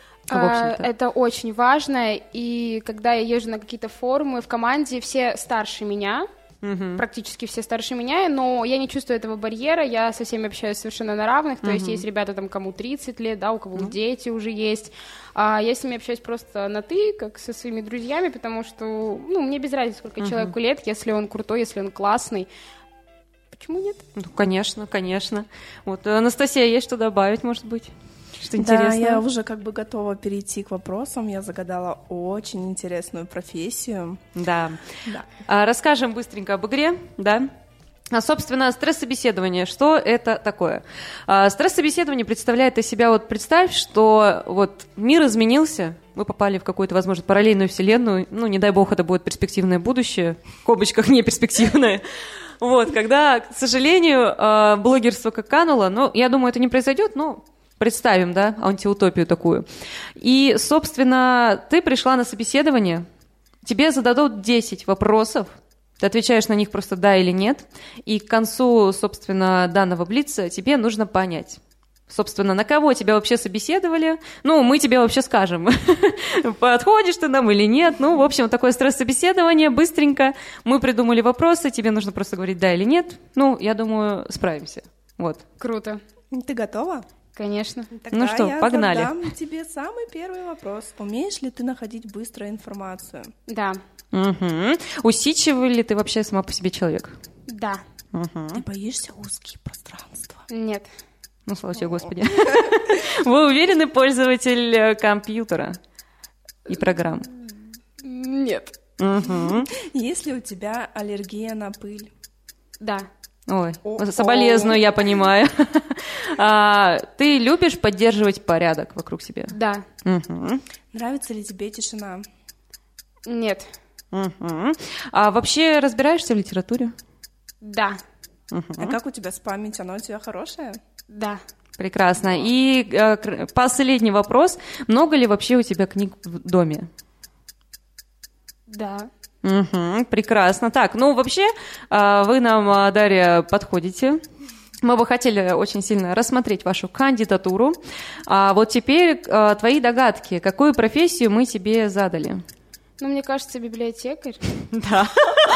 Это очень важно, и когда я езжу на какие-то форумы, в команде все старше меня, uh-huh. практически все старше меня, но я не чувствую этого барьера, я со всеми общаюсь совершенно на равных, то uh-huh. есть есть ребята, там, кому тридцать лет, да, у кого uh-huh. дети уже есть, а я с ними общаюсь просто на «ты», как со своими друзьями, потому что, ну, мне без разницы, сколько uh-huh. человеку лет, если он крутой, если он классный. Почему нет? Ну, конечно, конечно. Вот, Анастасия, есть что добавить, может быть? Что да, интересно? я уже как бы готова перейти к вопросам. Я загадала очень интересную профессию. Да. да. А, расскажем быстренько об игре, да. А, собственно, стресс-собеседование. Что это такое? А, стресс-собеседование представляет из себя, вот представь, что вот мир изменился, вы попали в какую-то, возможно, параллельную вселенную, ну, не дай бог, это будет перспективное будущее, в кобочках не перспективное. Вот, когда, к сожалению, блогерство как кануло, но я думаю, это не произойдет, но представим, да, антиутопию такую. И, собственно, ты пришла на собеседование, тебе зададут десять вопросов, ты отвечаешь на них просто да или нет, и к концу, собственно, данного блица тебе нужно понять, собственно, на кого тебя вообще собеседовали. Ну, мы тебе вообще скажем, подходишь ты нам или нет. Ну, в общем, такое стресс-собеседование, быстренько. Мы придумали вопросы, тебе нужно просто говорить да или нет. Ну, я думаю, справимся. Вот. Круто. Ты готова? Конечно. Тогда ну что, я погнали. задам тебе самый первый вопрос. Умеешь ли ты находить быстро информацию? Да. Угу. Усидчивый ли ты вообще сама по себе человек? Да. Угу. Ты боишься узкие пространства? Нет. Ну, слава тебе, Господи. Вы уверенный пользователь компьютера и программ? Нет. Есть ли у тебя аллергия на пыль? Да. Ой, соболезную, я понимаю. А, ты любишь поддерживать порядок вокруг себя? Да. Угу. Нравится ли тебе тишина? Нет. Угу. А вообще разбираешься в литературе? Да. Угу. А как у тебя с памятью? Она у тебя хорошая? Да. Прекрасно. И э, последний вопрос. Много ли вообще у тебя книг в доме? Да. Угу, прекрасно. Так, ну вообще вы нам, Дарья, подходите. Мы бы хотели очень сильно рассмотреть вашу кандидатуру. А вот теперь твои догадки. Какую профессию мы тебе задали? Ну, мне кажется, библиотекарь. Да.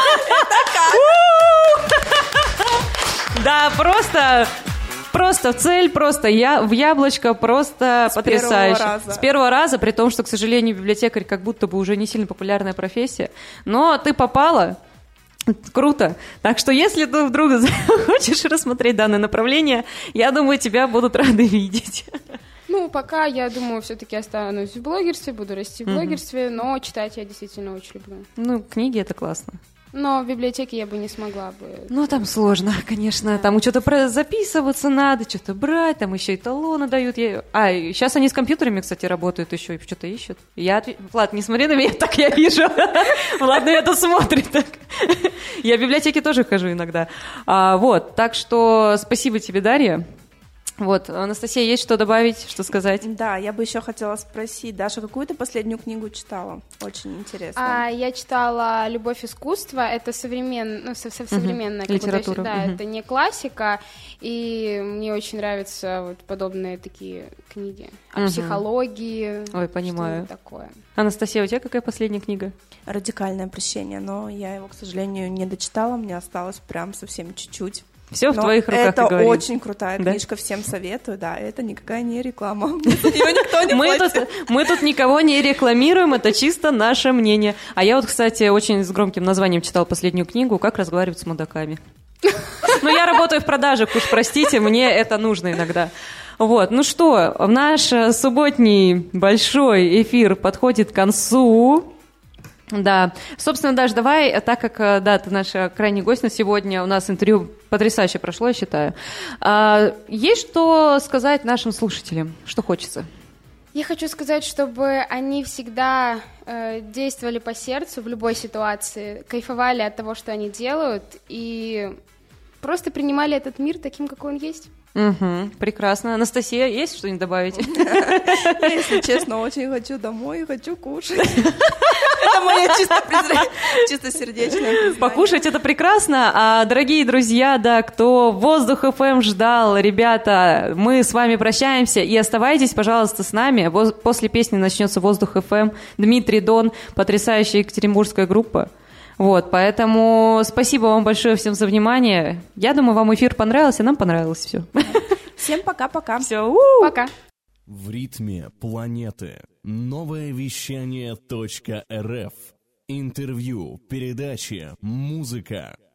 Да, просто... Просто в цель, просто я, в яблочко, просто с потрясающе. Первого раза. С первого раза, при том, что, к сожалению, библиотекарь как будто бы уже не сильно популярная профессия. Но ты попала. Круто. Так что если ты вдруг хочешь рассмотреть данное направление, я думаю, тебя будут рады видеть. Ну, пока, я думаю, все-таки останусь в блогерстве, буду расти в блогерстве, но читать я действительно очень люблю. Ну, книги — это классно. Но в библиотеке я бы не смогла бы. Ну, там сложно, конечно. Да. Там что-то про- записываться надо, что-то брать, там еще эталоны дают. Я... А, сейчас они с компьютерами, кстати, работают еще и что-то ищут. Я отв... Влад, не смотри на меня, так я вижу. Влад на это смотрит так. Я в библиотеке тоже хожу иногда. Вот, так что спасибо тебе, Дарья. Вот, Анастасия, есть что добавить, что сказать? Да, я бы еще хотела спросить, Даша, какую ты последнюю книгу читала? Очень интересно. А, я читала «Любовь искусства», это современ... ну, со- со- современная uh-huh. литература. Да, uh-huh. это не классика, и мне очень нравятся вот подобные такие книги о uh-huh. психологии. Ой, понимаю. Что такое. Анастасия, у тебя какая последняя книга? «Радикальное прощение», но я его, к сожалению, не дочитала, мне осталось прям совсем чуть-чуть. Все в Но твоих руках, это ты говоришь. очень крутая да? книжка, всем советую, да, это никакая не реклама, ее никто не мы платит. Тут, мы тут никого не рекламируем, это чисто наше мнение. А я вот, кстати, очень с громким названием читала последнюю книгу «Как разговаривать с мудаками». Ну, я работаю в продажах, уж простите, мне это нужно иногда. Вот, ну что, наш субботний большой эфир подходит к концу. Да, собственно, Даш, давай, так как, да, ты наш крайний гость на сегодня, у нас интервью потрясающе прошло, я считаю. А, есть что сказать нашим слушателям? Что хочется? Я хочу сказать, чтобы они всегда э, действовали по сердцу в любой ситуации, кайфовали от того, что они делают, и просто принимали этот мир таким, какой он есть. Угу, прекрасно. Анастасия, есть что-нибудь добавить? Если честно, очень хочу домой, хочу кушать. Это мое чистосердечное признание. Покушать — это прекрасно. А, дорогие друзья, да, кто Воздух эф эм ждал, ребята, мы с вами прощаемся. И оставайтесь, пожалуйста, с нами. После песни начнется Воздух эф эм. Дмитрий Дон, потрясающая екатеринбургская группа. Вот, поэтому спасибо вам большое всем за внимание. Я думаю, вам эфир понравился, нам понравилось все. Всем пока-пока. Все, у-у. Пока. В ритме планеты. Новое вещание .рф. Интервью, передачи, музыка.